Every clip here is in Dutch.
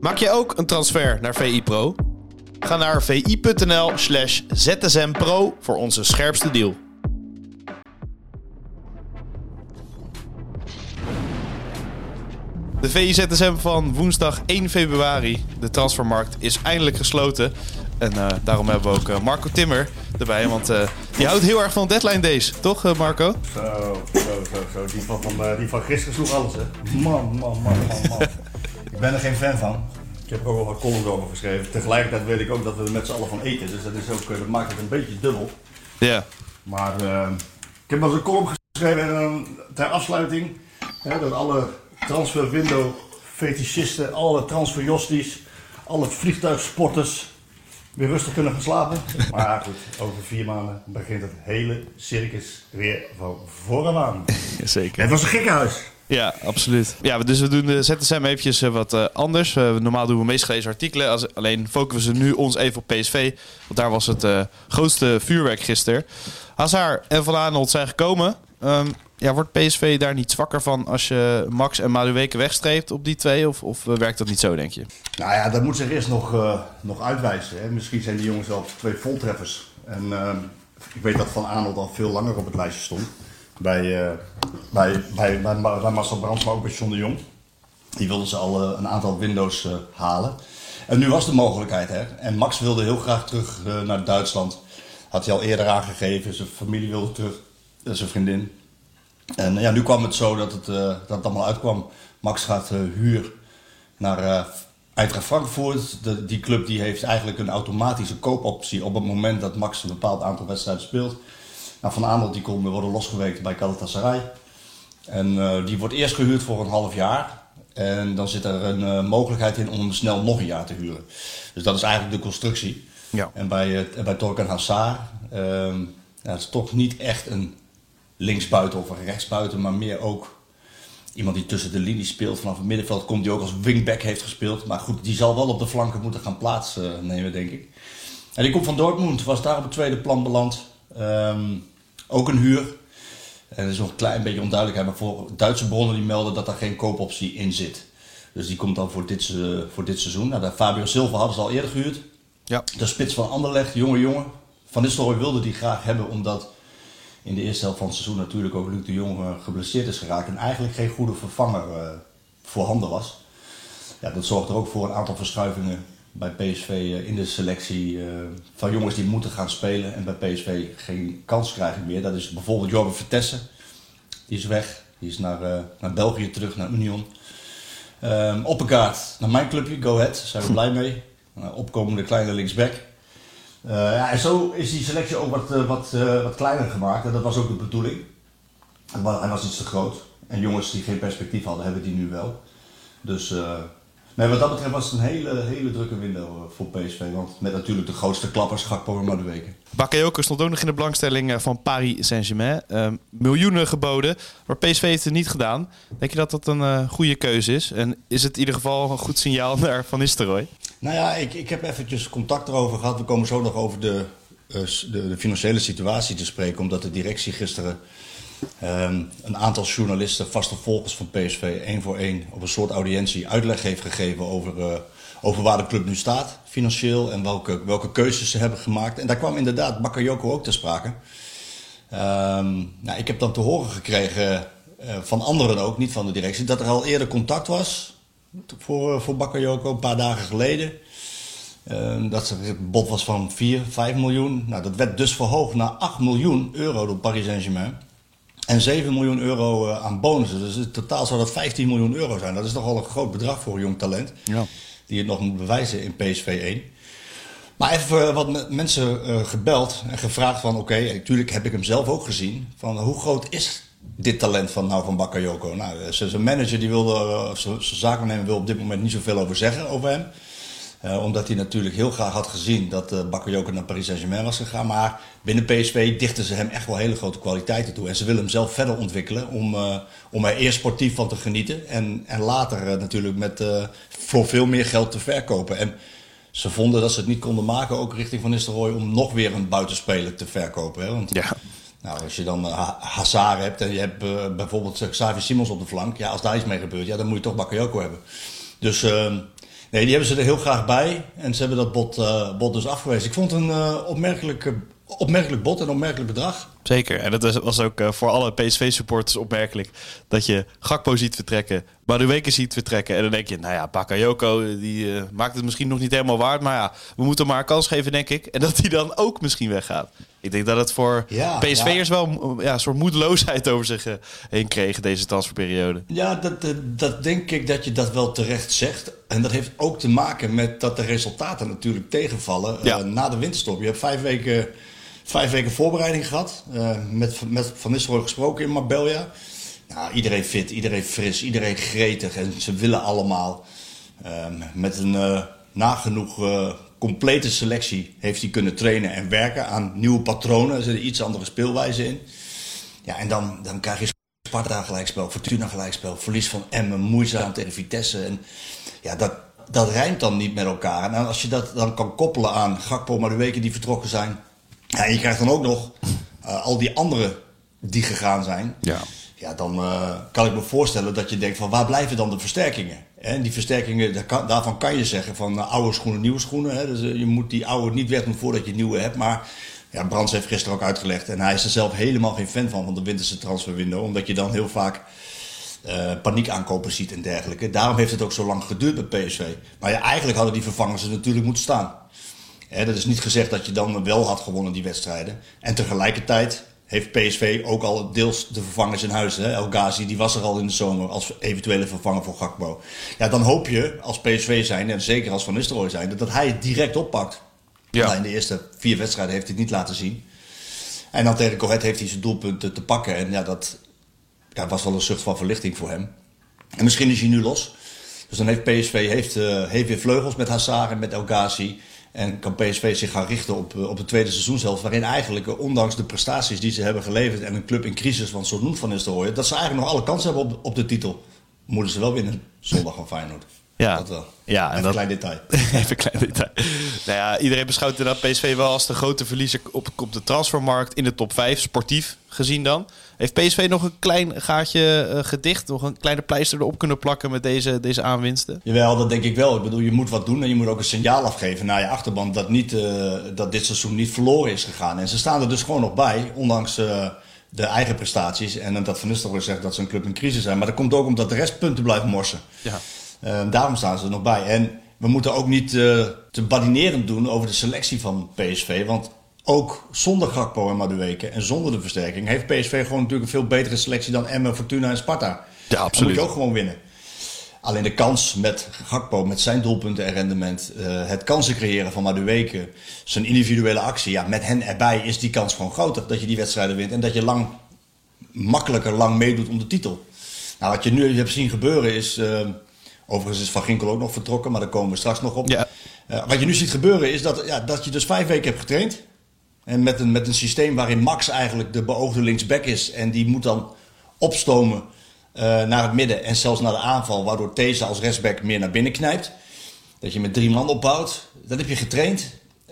Maak je ook een transfer naar VI Pro? Ga naar vi.nl/ZSMPro voor onze scherpste deal. De VI-ZSM van woensdag 1 februari. De transfermarkt is eindelijk gesloten. En daarom hebben we ook Marco Timmer erbij. Want die houdt heel erg van deadline days. Toch Marco? Zo. Die van gisteren sloeg alles, hè. Man. Ik ben er geen fan van. Ik heb er ook wel wat columns over geschreven. Tegelijkertijd weet ik ook dat we er met z'n allen van eten. Dus dat maakt het een beetje dubbel. Ja. Maar ik heb wel eens een column geschreven en ter afsluiting. Dat alle transferwindow fetischisten, alle transferjosties, alle vliegtuigsporters weer rustig kunnen gaan slapen. Maar goed, over 4 maanden begint het hele circus weer van voren aan. Zeker. Het was een gekkenhuis. Ja, absoluut. Ja, dus we doen de ZSM eventjes wat anders. Normaal doen we meest gelezen artikelen. Alleen focussen we nu ons even op PSV. Want daar was het grootste vuurwerk gisteren. Hazard en Van Aanholt zijn gekomen. Wordt PSV daar niet zwakker van als je Max en Madueke wegstreept op die twee? Of werkt dat niet zo, denk je? Nou ja, dat moet zich eerst nog uitwijzen. Hè. Misschien zijn die jongens wel 2 voltreffers. En ik weet dat Van Aanholt al veel langer op het lijstje stond. Bij Marcel Brands, maar ook bij John de Jong. Die wilden ze al een aantal windows halen. En nu was de mogelijkheid. Hè. En Max wilde heel graag terug naar Duitsland. Had hij al eerder aangegeven. Zijn familie wilde terug. Zijn vriendin. En nu kwam het zo dat het allemaal uitkwam. Max gaat huur naar Eintracht Frankfurt. Die club die heeft eigenlijk een automatische koopoptie op het moment dat Max een bepaald aantal wedstrijden speelt. Nou, Van Aanholt die kon worden losgeweekt bij Galatasaray. En die wordt eerst gehuurd voor een half jaar. En dan zit er een mogelijkheid in om hem snel nog een jaar te huren. Dus dat is eigenlijk de constructie. Ja. En bij Torgan Hazard, het is toch niet echt een linksbuiten of een rechtsbuiten, maar meer ook iemand die tussen de linies speelt. Vanaf het middenveld komt die ook als wingback heeft gespeeld. Maar goed, die zal wel op de flanken moeten gaan plaatsnemen, denk ik. En die komt van Dortmund, was daar op het tweede plan beland. Ook een huur. En er is nog een klein beetje onduidelijkheid, maar voor Duitse bronnen die melden dat daar geen koopoptie in zit. Dus die komt dan voor dit seizoen. Nou, de Fabio Silva hadden ze al eerder gehuurd. Ja. De spits van Anderlecht, jongen. Van Nistelrooy wilde die graag hebben, omdat in de eerste helft van het seizoen natuurlijk ook Luc de Jong geblesseerd is geraakt. En eigenlijk geen goede vervanger voorhanden was. Ja, dat zorgt er ook voor een aantal verschuivingen bij PSV in de selectie van jongens die moeten gaan spelen en bij PSV geen kans krijgen meer. Dat is bijvoorbeeld Jorgen Vertessen. Die is weg. Die is naar België terug, naar Union. Oppegaard naar mijn clubje, Go Ahead. Daar zijn we blij mee. Opkomende kleine linksback. En zo is die selectie ook wat kleiner gemaakt. En dat was ook de bedoeling. Hij was iets te groot. En jongens die geen perspectief hadden, hebben die nu wel. Dus wat dat betreft was het een hele drukke window voor PSV. Want met natuurlijk de grootste klappers, Gakpo en Madueke. Bakayoko stond ook nog in de belangstelling van Paris Saint-Germain. Miljoenen geboden, maar PSV heeft het niet gedaan. Denk je dat dat een goede keuze is? En is het in ieder geval een goed signaal naar Van Nistelrooy? Nou ja, ik heb eventjes contact erover gehad. We komen zo nog over de financiële situatie te spreken. Omdat de directie gisteren een aantal journalisten, vaste volgers van PSV, 1 voor 1 op een soort audiëntie uitleg heeft gegeven over waar de club nu staat, financieel, en welke keuzes ze hebben gemaakt. En daar kwam inderdaad Bakayoko ook ter sprake. Ik heb dan te horen gekregen van anderen ook, niet van de directie, dat er al eerder contact was voor Bakayoko, een paar dagen geleden. Dat het bod was van 4-5 miljoen. Nou, dat werd dus verhoogd naar 8 miljoen euro door Paris Saint-Germain. En 7 miljoen euro aan bonussen. Dus in totaal zou dat 15 miljoen euro zijn. Dat is nogal een groot bedrag voor een jong talent. Ja. Die het nog moet bewijzen in PSV 1. Maar even wat mensen gebeld en gevraagd van... Oké, natuurlijk heb ik hem zelf ook gezien. Van hoe groot is dit talent van Bakayoko? Nou, zijn manager die wilde, zijn zaakwaarnemer wil op dit moment niet zoveel over zeggen over hem. Omdat hij natuurlijk heel graag had gezien dat Bakayoko naar Paris Saint-Germain was gegaan. Maar binnen PSV dichten ze hem echt wel hele grote kwaliteiten toe. En ze willen hem zelf verder ontwikkelen om er eerst sportief van te genieten. En later natuurlijk voor veel meer geld te verkopen. En ze vonden dat ze het niet konden maken, ook richting Van Nistelrooy, om nog weer een buitenspeler te verkopen. Hè? Want ja. Nou, als je dan Hazard hebt en je hebt bijvoorbeeld Xavi Simons op de flank. Ja, als daar iets mee gebeurt, ja, dan moet je toch Bakayoko hebben. Dus... Nee, die hebben ze er heel graag bij. En ze hebben dat bod dus afgewezen. Ik vond het een opmerkelijk bod en opmerkelijk bedrag. Zeker. En dat was ook voor alle PSV-supporters opmerkelijk. Dat je Gakpo ziet vertrekken, Madueke ziet vertrekken. En dan denk je, nou ja, Bakayoko die maakt het misschien nog niet helemaal waard. Maar ja, we moeten hem maar een kans geven, denk ik. En dat hij dan ook misschien weggaat. Ik denk dat het voor PSV'ers wel een soort moedeloosheid over zich heen kreeg deze transferperiode. Ja, dat denk ik dat je dat wel terecht zegt. En dat heeft ook te maken met dat de resultaten natuurlijk tegenvallen na de winterstop. Je hebt 5 weken voorbereiding gehad. Met Van Nistelrooy gesproken in Marbella. Nou, iedereen fit, iedereen fris, iedereen gretig. En ze willen allemaal. Met een nagenoeg complete selectie heeft hij kunnen trainen en werken aan nieuwe patronen. Er zitten iets andere speelwijzen in. Ja, en dan krijg je Sparta gelijkspel, Fortuna gelijkspel, verlies van Emmen, moeizaam tegen Vitesse. En ja, dat rijmt dan niet met elkaar. En als je dat dan kan koppelen aan Gakpo, maar de weken die vertrokken zijn. Ja, en je krijgt dan ook nog al die anderen die gegaan zijn. Ja, dan kan ik me voorstellen dat je denkt van waar blijven dan de versterkingen? En die versterkingen, daarvan kan je zeggen van oude schoenen, nieuwe schoenen. Hè? Dus je moet die oude niet wegdoen voordat je nieuwe hebt. Maar ja, Brands heeft gisteren ook uitgelegd. En hij is er zelf helemaal geen fan van de winterse transferwindow. Omdat je dan heel vaak paniekaankopen ziet en dergelijke. Daarom heeft het ook zo lang geduurd bij PSV. Maar ja, eigenlijk hadden die vervangers er natuurlijk moeten staan. Dat is niet gezegd dat je dan wel had gewonnen die wedstrijden. En tegelijkertijd heeft PSV ook al deels de vervangers in huis. El Ghazi, die was er al in de zomer als eventuele vervanger voor Gakpo. Ja, dan hoop je als PSV zijn, en zeker als Van Nistelrooy zijn, dat hij het direct oppakt. Ja. Nou, in de eerste 4 wedstrijden heeft hij het niet laten zien. En dan tegen Go Ahead heeft hij zijn doelpunten te pakken. En ja, dat was wel een zucht van verlichting voor hem. En misschien is hij nu los. Dus dan heeft PSV heeft weer vleugels met Hazard en met El Ghazi. En kan PSV zich gaan richten op de tweede seizoenshelft. Waarin eigenlijk, ondanks de prestaties die ze hebben geleverd. En een club in crisis, want zo noemt Van Nistelrooy. Dat ze eigenlijk nog alle kansen hebben op de titel. Moeten ze wel winnen zondag van Feyenoord. Ja. Dat wel. Ja, even een klein detail. Even een klein detail. Nou ja, iedereen beschouwt inderdaad PSV wel als de grote verliezer op de transfermarkt in de top 5. Sportief gezien dan. Heeft PSV nog een klein gaatje gedicht? Nog een kleine pleister erop kunnen plakken met deze aanwinsten? Jawel, dat denk ik wel. Ik bedoel, je moet wat doen en je moet ook een signaal afgeven naar je achterban dat dit seizoen niet verloren is gegaan. En ze staan er dus gewoon nog bij, ondanks de eigen prestaties. En dat Van Nistelrooy zegt dat ze een club in crisis zijn. Maar dat komt ook omdat de rest punten blijven morsen. Ja. Daarom staan ze er nog bij. En we moeten ook niet te badinerend doen over de selectie van PSV. Want ook zonder Gakpo en Madueke en zonder de versterking heeft PSV gewoon natuurlijk een veel betere selectie dan Emmen, Fortuna en Sparta. Ja, absoluut. Dan moet je ook gewoon winnen. Alleen de kans met Gakpo, met zijn doelpunten en rendement, het kansen creëren van Madueke, zijn individuele actie, ja, met hen erbij is die kans gewoon groter dat je die wedstrijden wint en dat je makkelijker lang meedoet om de titel. Nou, wat je nu hebt zien gebeuren is, overigens is Van Ginkel ook nog vertrokken, maar daar komen we straks nog op. Ja. Wat je nu ziet gebeuren is dat je dus 5 weken hebt getraind. En met een systeem waarin Max eigenlijk de beoogde linksback is. En die moet dan opstomen naar het midden en zelfs naar de aanval. Waardoor These als rechtsback meer naar binnen knijpt. Dat je met 3 man opbouwt. Dat heb je getraind.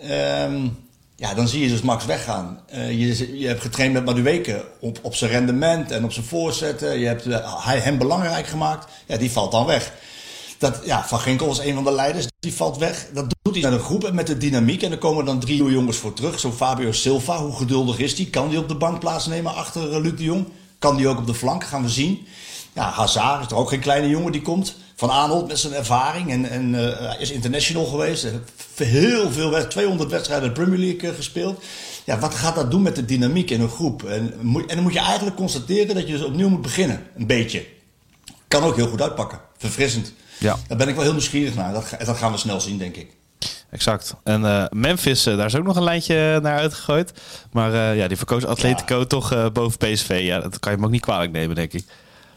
Dan zie je dus Max weggaan. Je hebt getraind met Madueke op zijn rendement en op zijn voorzetten. Je hebt hem belangrijk gemaakt. Ja, die valt dan weg. Van Ginkel was een van de leiders. Die valt weg. Dat doet hij met een groep en met de dynamiek. En er komen dan 3 nieuwe jongens voor terug. Zo Fabio Silva, hoe geduldig is die? Kan die op de bank plaatsnemen achter Luc de Jong? Kan die ook op de flank? Gaan we zien. Ja, Hazard is er ook geen kleine jongen die komt. Van Aanholt met zijn ervaring en is international geweest. Heel veel, 200 wedstrijden de Premier League gespeeld. Ja, wat gaat dat doen met de dynamiek in een groep? En dan moet je eigenlijk constateren dat je dus opnieuw moet beginnen. Een beetje. Kan ook heel goed uitpakken. Verfrissend. Ja. Daar ben ik wel heel nieuwsgierig naar. Dat gaan we snel zien, denk ik. Exact. En Memphis, daar is ook nog een lijntje naar uitgegooid. Maar die verkoos Atletico toch boven PSV. Ja, dat kan je hem ook niet kwalijk nemen, denk ik.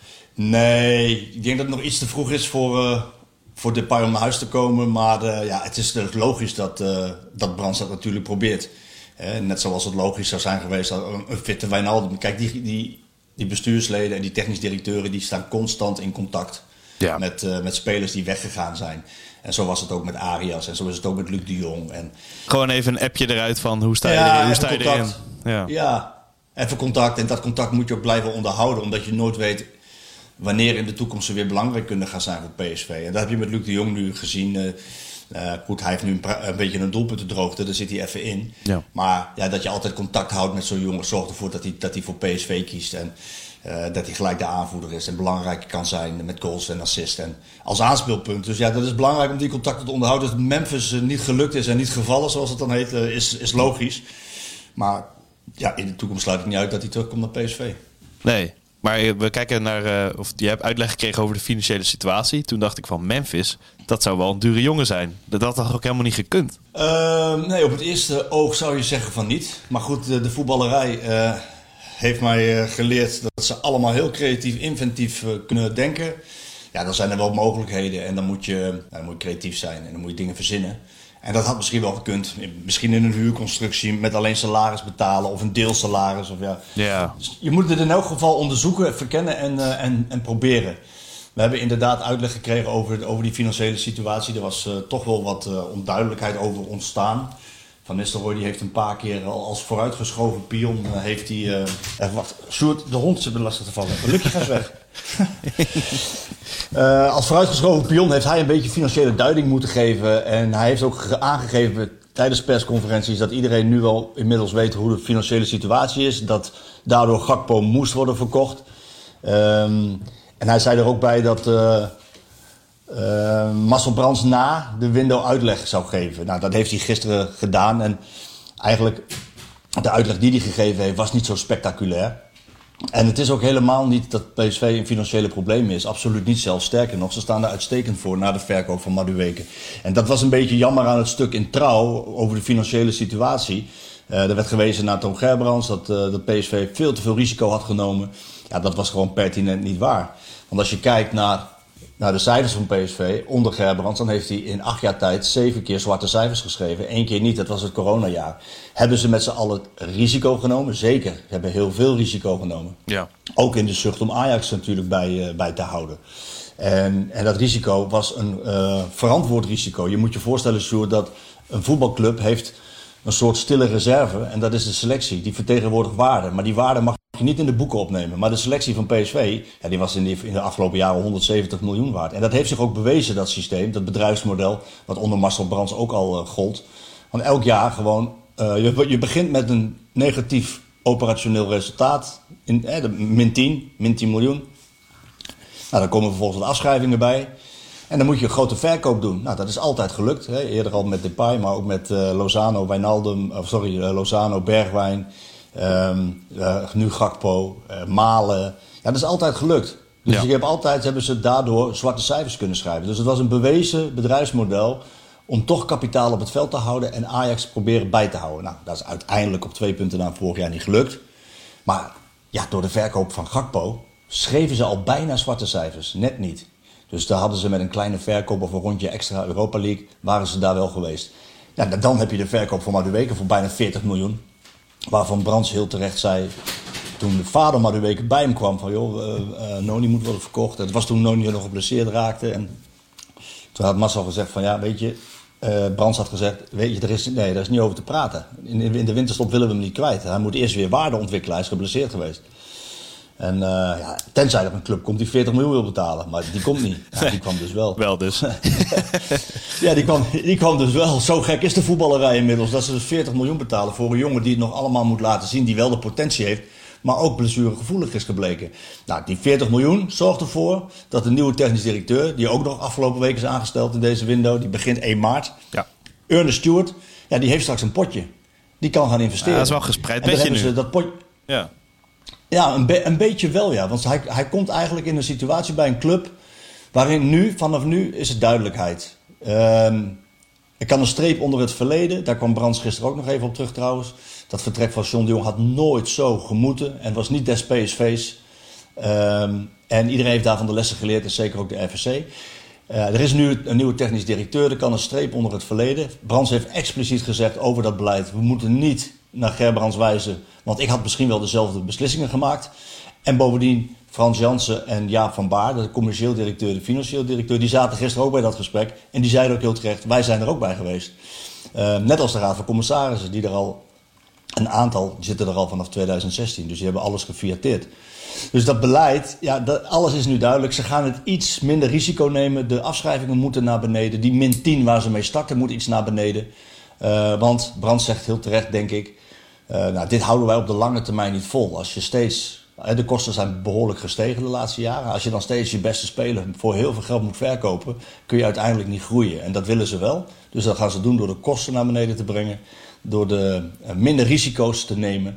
Nee, ik denk dat het nog iets te vroeg is voor Depay om naar huis te komen. Maar het is logisch dat Brands dat natuurlijk probeert. Net zoals het logisch zou zijn geweest dat een fitte Wijnaldum. Kijk, die bestuursleden en die technisch directeuren die staan constant in contact. Ja. Met spelers die weggegaan zijn. En zo was het ook met Arias. En zo is het ook met Luc de Jong. En gewoon even een appje eruit van hoe sta je erin? Ja, even contact. En dat contact moet je ook blijven onderhouden. Omdat je nooit weet wanneer in de toekomst ze weer belangrijk kunnen gaan zijn voor PSV. En dat heb je met Luc de Jong nu gezien. Goed, hij heeft nu een beetje een doelpuntendroogte, daar zit hij even in. Ja. Maar ja, dat je altijd contact houdt met zo'n jongen zorgt ervoor dat hij voor PSV kiest. En dat hij gelijk de aanvoerder is en belangrijk kan zijn met goals en assists. En als aanspeelpunt. Dus ja, dat is belangrijk om die contacten te onderhouden. Dat Memphis niet gelukt is en niet gevallen, zoals het dan heet, is logisch. Maar ja, in de toekomst sluit ik niet uit dat hij terugkomt naar PSV. Nee. Maar we kijken naar, of je hebt uitleg gekregen over de financiële situatie. Toen dacht ik van Memphis, dat zou wel een dure jongen zijn. Dat had ook helemaal niet gekund. Nee, op het eerste oog zou je zeggen van niet. Maar goed, de voetballerij heeft mij geleerd dat ze allemaal heel creatief, inventief kunnen denken. Ja, dan zijn er wel mogelijkheden en dan moet je creatief zijn en dan moet je dingen verzinnen. En dat had misschien wel gekund. Misschien in een huurconstructie met alleen salaris betalen of een deelsalaris. Of ja. Yeah. Dus je moet het in elk geval onderzoeken, verkennen en proberen. We hebben inderdaad uitleg gekregen over die financiële situatie. Er was toch wel wat onduidelijkheid over ontstaan. Van Nistelrooy die heeft een paar keer al als vooruitgeschoven pion heeft hij... wacht, Sjoerd, de hond zit me lastig te vallen. Lucie, ga eens weg. Als vooruitgeschoven pion heeft hij een beetje financiële duiding moeten geven. En hij heeft ook aangegeven tijdens persconferenties dat iedereen nu wel inmiddels weet hoe de financiële situatie is. Dat daardoor Gakpo moest worden verkocht. En hij zei er ook bij dat Marcel Brands na de window uitleg zou geven. Nou, dat heeft hij gisteren gedaan. En eigenlijk de uitleg die hij gegeven heeft was niet zo spectaculair. En het is ook helemaal niet dat PSV een financiële probleem is. Absoluut niet zelfs. Sterker nog, ze staan er uitstekend voor na de verkoop van Madueke. En dat was een beetje jammer aan het stuk in Trouw over de financiële situatie. Er werd gewezen naar Toon Gerbrands dat PSV veel te veel risico had genomen. Ja, dat was gewoon pertinent niet waar. Want als je kijkt naar de cijfers van PSV onder Gerbrands, dan heeft hij in 8 jaar tijd 7 keer zwarte cijfers geschreven. 1 keer niet, dat was het coronajaar. Hebben ze met z'n allen risico genomen? Zeker, ze hebben heel veel risico genomen. Ja. Ook in de zucht om Ajax natuurlijk bij te houden. En dat risico was een verantwoord risico. Je moet je voorstellen, Sjoerd, dat een voetbalclub heeft een soort stille reserve. En dat is de selectie. Die vertegenwoordigt waarde. Maar die waarde mag je niet in de boeken opnemen. Maar de selectie van PSV, ja, die was in de afgelopen jaren 170 miljoen waard. En dat heeft zich ook bewezen, dat systeem, dat bedrijfsmodel, wat onder Marcel Brands ook al gold. Want elk jaar gewoon, je begint met een negatief operationeel resultaat, min 10 miljoen. Nou, dan komen vervolgens wat afschrijvingen bij. En dan moet je een grote verkoop doen. Nou, dat is altijd gelukt. Hè. Eerder al met Depay, maar ook met Lozano, Bergwijn. Nu Gakpo, Malen. Ja, dat is altijd gelukt. Dus hebben ze daardoor zwarte cijfers kunnen schrijven. Dus het was een bewezen bedrijfsmodel om toch kapitaal op het veld te houden en Ajax proberen bij te houden. Nou, dat is uiteindelijk op 2 punten na vorig jaar niet gelukt. Maar ja, door de verkoop van Gakpo schreven ze al bijna zwarte cijfers. Net niet. Dus daar hadden ze met een kleine verkoop of een rondje extra Europa League, waren ze daar wel geweest. Ja, dan heb je de verkoop van Madueke voor bijna 40 miljoen. Waarvan Brands heel terecht zei, toen de vader Madueke bij hem kwam, van joh, Noni moet worden verkocht. Het was toen Noni nog geblesseerd raakte. En toen had Marcel gezegd van ja, weet je, Brands had gezegd, weet je, daar is niet over te praten. In de winterstop willen we hem niet kwijt. Hij moet eerst weer waarde ontwikkelen, hij is geblesseerd geweest. En tenzij er een club komt die 40 miljoen wil betalen. Maar die komt niet. Ja, die kwam dus wel. Wel dus. Ja, die kwam dus wel. Zo gek is de voetballerij inmiddels. Dat ze dus 40 miljoen betalen voor een jongen die het nog allemaal moet laten zien. Die wel de potentie heeft. Maar ook blessuregevoelig is gebleken. Nou, die 40 miljoen zorgt ervoor dat de nieuwe technisch directeur, die ook nog afgelopen week is aangesteld in deze window, die begint 1 maart. Ja. Ernest Stewart, ja, die heeft straks een potje. Die kan gaan investeren. Ja, dat is wel gespreid beetje nu. Ze dat potje. Ja. Ja, een beetje wel, ja. Want hij komt eigenlijk in een situatie bij een club waarin vanaf nu is het duidelijkheid. Ik kan een streep onder het verleden. Daar kwam Brands gisteren ook nog even op terug trouwens. Dat vertrek van John de Jong had nooit zo gemoeten en was niet des PSV's. En iedereen heeft daarvan de lessen geleerd, en zeker ook de RVC. Er is nu een nieuwe technisch directeur, er kan een streep onder het verleden. Brands heeft expliciet gezegd over dat beleid, we moeten niet naar Gerbrands wijzen, want ik had misschien wel dezelfde beslissingen gemaakt. En bovendien, Frans Jansen en Jaap van Baar, de commercieel directeur, de financieel directeur, die zaten gisteren ook bij dat gesprek. En die zeiden ook heel terecht, wij zijn er ook bij geweest. Net als de Raad van Commissarissen, die er al Een aantal zitten er al vanaf 2016, dus die hebben alles gefiateerd. Dus dat beleid, alles is nu duidelijk. Ze gaan het iets minder risico nemen. De afschrijvingen moeten naar beneden. Die min 10 waar ze mee starten moet iets naar beneden. Want Brandt zegt heel terecht, denk ik, dit houden wij op de lange termijn niet vol. Als je steeds, de kosten zijn behoorlijk gestegen de laatste jaren. Als je dan steeds je beste speler voor heel veel geld moet verkopen, kun je uiteindelijk niet groeien. En dat willen ze wel. Dus dat gaan ze doen door de kosten naar beneden te brengen. Door de minder risico's te nemen.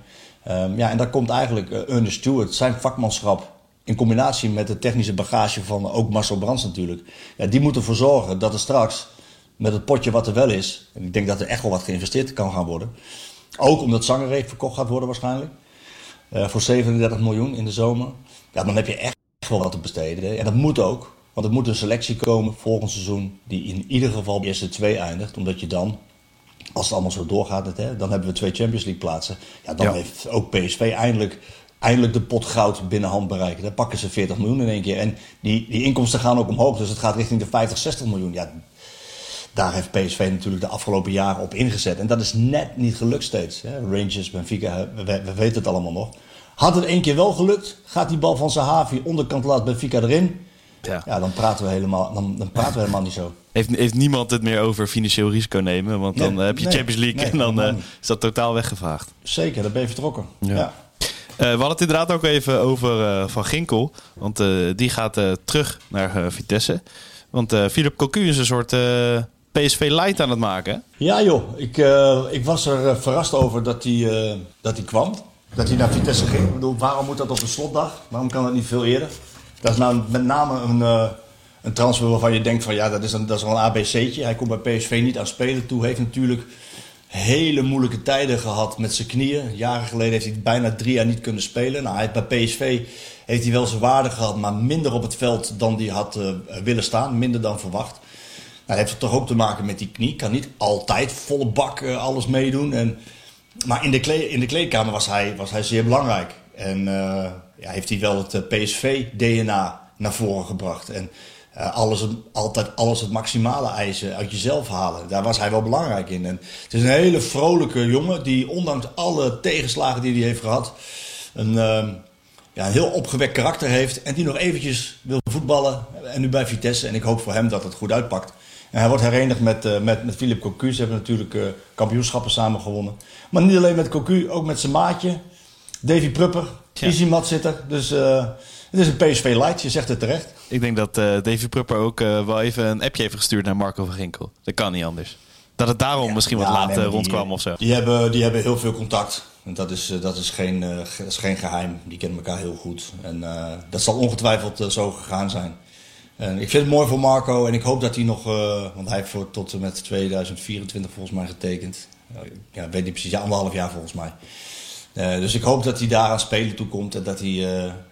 En daar komt eigenlijk Ernest Stewart, zijn vakmanschap, in combinatie met de technische bagage van ook Marcel Brands natuurlijk. Ja, die moeten ervoor zorgen dat er straks, met het potje wat er wel is, en ik denk dat er echt wel wat geïnvesteerd kan gaan worden. Ook omdat Zangereek verkocht gaat worden waarschijnlijk. Voor 37 miljoen in de zomer. Ja, dan heb je echt wel wat te besteden. Hè? En dat moet ook. Want er moet een selectie komen volgend seizoen die in ieder geval de eerste 2 eindigt. Omdat je dan, als het allemaal zo doorgaat, dan hebben we 2 Champions League plaatsen. Ja, dan heeft ook PSV eindelijk de pot goud binnen hand bereiken. Dan pakken ze 40 miljoen in één keer. En die inkomsten gaan ook omhoog. Dus het gaat richting de 50, 60 miljoen. Ja, daar heeft PSV natuurlijk de afgelopen jaren op ingezet. En dat is net niet gelukt steeds. Hè? Rangers, Benfica, we weten het allemaal nog. Had het 1 keer wel gelukt, gaat die bal van Sahavi onderkant laat Benfica erin. Ja, dan praten we helemaal niet zo. Heeft niemand het meer over financieel risico nemen? Want dan heb je Champions League en dan is dat totaal weggevaagd. Zeker, dan ben je vertrokken. Ja. We hadden het inderdaad ook even over Van Ginkel. Want die gaat terug naar Vitesse. Want Philippe Cocu is een soort PSV Light aan het maken. Hè? Ja joh, ik was er verrast over dat hij kwam. Dat hij naar Vitesse ging. Ik bedoel, waarom moet dat op een slotdag? Waarom kan dat niet veel eerder? Dat is nou met name een transfer waarvan je denkt van dat is wel een ABC'tje. Hij komt bij PSV niet aan spelen toe. Heeft natuurlijk hele moeilijke tijden gehad met zijn knieën. Jaren geleden heeft hij bijna 3 jaar niet kunnen spelen. Nou, bij PSV heeft hij wel zijn waarde gehad, maar minder op het veld dan hij had willen staan. Minder dan verwacht. Nou, heeft het toch ook te maken met die knie. Kan niet altijd volle bak alles meedoen. Maar in de kleedkamer was hij zeer belangrijk. En heeft hij wel het PSV-DNA naar voren gebracht. En altijd alles het maximale eisen uit jezelf halen. Daar was hij wel belangrijk in. En het is een hele vrolijke jongen die ondanks alle tegenslagen die hij heeft gehad, een heel opgewekt karakter heeft. En die nog eventjes wil voetballen. En nu bij Vitesse. En ik hoop voor hem dat het goed uitpakt. En hij wordt herenigd met Philippe Cocu. Ze hebben natuurlijk kampioenschappen samen gewonnen. Maar niet alleen met Cocu, ook met zijn maatje. Davy Prupper, Izimat zit er. Dus het is een PSV Light, je zegt het terecht. Ik denk dat Davy Prupper ook wel even een appje heeft gestuurd naar Marco van Ginkel. Dat kan niet anders. Dat het daarom misschien wat laat rondkwam of zo. Die hebben heel veel contact. En dat is geen geheim. Die kennen elkaar heel goed. En dat zal ongetwijfeld zo gegaan zijn. En ik vind het mooi voor Marco en ik hoop dat hij nog, want hij heeft tot en met 2024 volgens mij getekend. Weet niet precies, 1,5 jaar volgens mij. Dus ik hoop dat hij daar aan spelen toe komt en dat hij,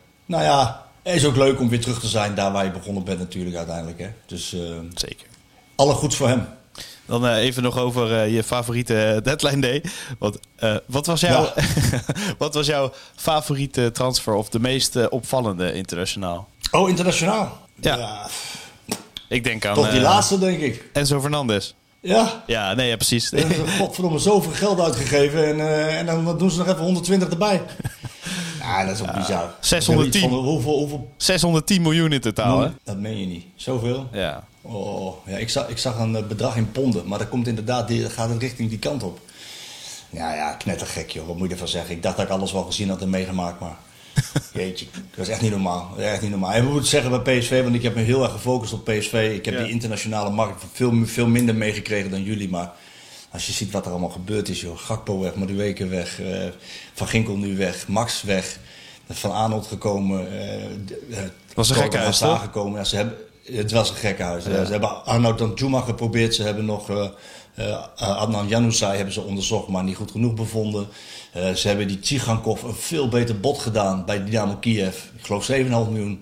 het is ook leuk om weer terug te zijn daar waar je begonnen bent natuurlijk uiteindelijk. Hè? Dus zeker. Alle goeds voor hem. Dan even nog over je favoriete deadline day. Want, wat was jouw favoriete transfer of de meest opvallende internationaal? Oh, internationaal? Ja. Ik denk aan... Toch die laatste, denk ik. Enzo Fernandes. Ja? Ja, nee, precies. Godverdomme, zoveel geld uitgegeven en dan doen ze nog even 120 erbij. Ja, dat is ook bizar. 610. Hoeveel? 610 miljoen in totaal, hè? Dat meen je niet. Zoveel? Ja. Oh, ja, ik zag een bedrag in ponden, maar dat komt inderdaad, gaat het richting die kant op. Ja, knettergek joh, wat moet je ervan zeggen? Ik dacht dat ik alles wel gezien had en meegemaakt, maar jeetje, dat was echt niet normaal. Echt niet normaal. En we moeten zeggen bij PSV, want ik heb me heel erg gefocust op PSV. Ik heb die internationale markt veel minder meegekregen dan jullie, maar als je ziet wat er allemaal gebeurd is joh. Gakpo weg, Madueke weg, Van Ginkel nu weg, Max weg, Van Arnold gekomen. Was een gekke huis toch? Gekomen. Ja, het was een gekke huis. Ja. Ze hebben Arnoud Danjuma geprobeerd. Ze hebben nog Adnan Januzaj hebben ze onderzocht, maar niet goed genoeg bevonden. Ze hebben die Tsigankov een veel beter bod gedaan bij Dynamo Kiev. Ik geloof 7,5 miljoen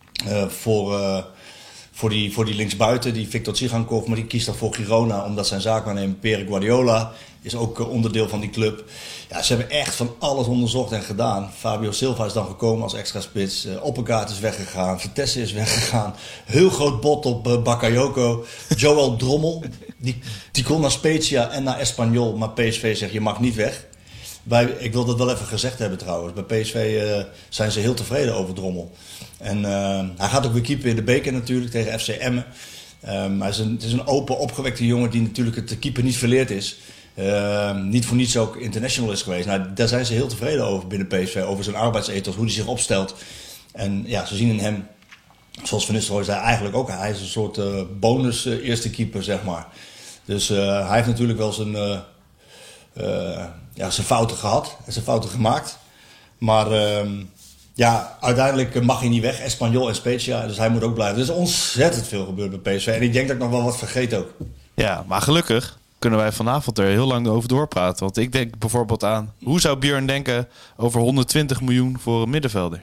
voor die linksbuiten, die Victor Tsigankov. Maar die kiest dan voor Girona, omdat zijn zaakwaarnemer Pere Guardiola is ook onderdeel van die club. Ja, ze hebben echt van alles onderzocht en gedaan. Fabio Silva is dan gekomen als extra spits. Oppergaard is weggegaan. Vitesse is weggegaan. Heel groot bod op Bakayoko. Joel Drommel. Die kon naar Spezia en naar Espanyol. Maar PSV zegt, je mag niet weg. Ik wil dat wel even gezegd hebben trouwens. Bij PSV zijn ze heel tevreden over Drommel. En hij gaat ook weer keepen in de beker natuurlijk tegen FC Emmen. Maar het is een open, opgewekte jongen die natuurlijk het keeper niet verleerd is. Niet voor niets ook international is geweest. Nou, daar zijn ze heel tevreden over binnen PSV. Over zijn arbeidsethos, hoe hij zich opstelt. En ja, ze zien in hem, zoals Van Nistelrooy zei, eigenlijk ook. Hij is een soort bonus eerste keeper, zeg maar. Dus hij heeft natuurlijk wel zijn fouten gehad. En zijn fouten gemaakt. Maar uiteindelijk mag hij niet weg. Espanyol en Spezia. Dus hij moet ook blijven. Er is ontzettend veel gebeurd bij PSV. En ik denk dat ik nog wel wat vergeet ook. Ja, maar gelukkig kunnen wij vanavond er heel lang over doorpraten. Want ik denk bijvoorbeeld aan, hoe zou Björn denken over 120 miljoen voor een middenvelder?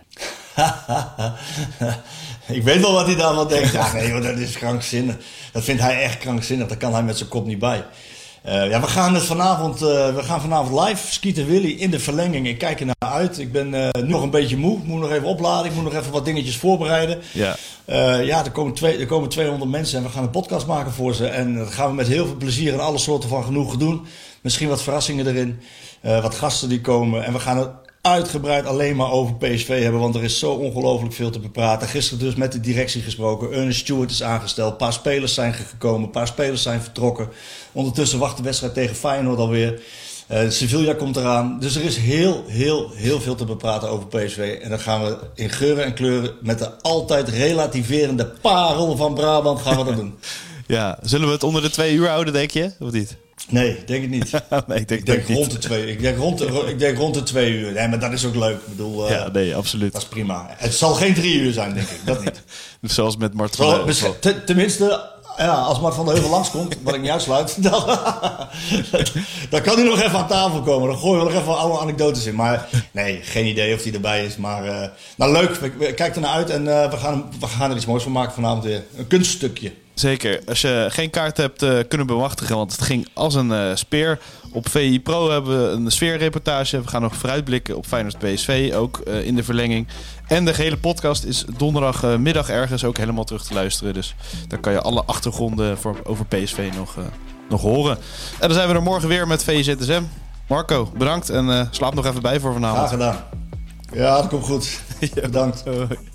Ik weet wel wat hij daar wel denkt. Ja, nee, joh, dat is krankzinnig. Dat vindt hij echt krankzinnig. Daar kan hij met zijn kop niet bij. We gaan vanavond live. Skeeter Willy in de verlenging. Ik kijk er naar uit. Ik ben nu nog een beetje moe. Ik moet nog even opladen. Ik moet nog even wat dingetjes voorbereiden. Ja. Er komen 200 mensen en we gaan een podcast maken voor ze. En dat gaan we met heel veel plezier en alle soorten van genoegen doen. Misschien wat verrassingen erin. Wat gasten die komen. En we gaan het uitgebreid alleen maar over PSV hebben. Want er is zo ongelooflijk veel te bepraten. Gisteren dus met de directie gesproken. Ernest Stewart is aangesteld. Een paar spelers zijn gekomen. Een paar spelers zijn vertrokken. Ondertussen wacht de wedstrijd tegen Feyenoord alweer. Sevilla komt eraan. Dus er is heel veel te bepraten over PSV. En dan gaan we in geuren en kleuren met de altijd relativerende parel van Brabant gaan we dat doen. Ja, zullen we het onder de 2 uur houden, denk je? Of niet? Nee, denk ik niet. Nee, ik denk rond de 2 uur. Ik denk rond de 2 uur. Nee, maar dat is ook leuk. Ik bedoel, ja, nee, absoluut. Dat is prima. Het zal geen 3 uur zijn, denk ik. Dat niet. Zoals met Mart van der Heuvel. Tenminste, ja, als Mart van der Heuvel langskomt, wat ik niet uitsluit, dan kan hij nog even aan tafel komen. Dan gooien we nog even alle anekdotes in. Maar nee, geen idee of hij erbij is. Maar leuk. Kijk er naar uit en we gaan er iets moois van maken vanavond weer. Een kunststukje. Zeker. Als je geen kaart hebt kunnen bemachtigen, want het ging als een speer. Op VI Pro hebben we een sfeerreportage. We gaan nog vooruitblikken op Feyenoord PSV, ook in de verlenging. En de gehele podcast is donderdagmiddag ergens ook helemaal terug te luisteren. Dus daar kan je alle achtergronden over PSV nog horen. En dan zijn we er morgen weer met VZSM. Marco, bedankt en slaap nog even bij voor vanavond. Graag gedaan. Ja, dat komt goed. Bedankt.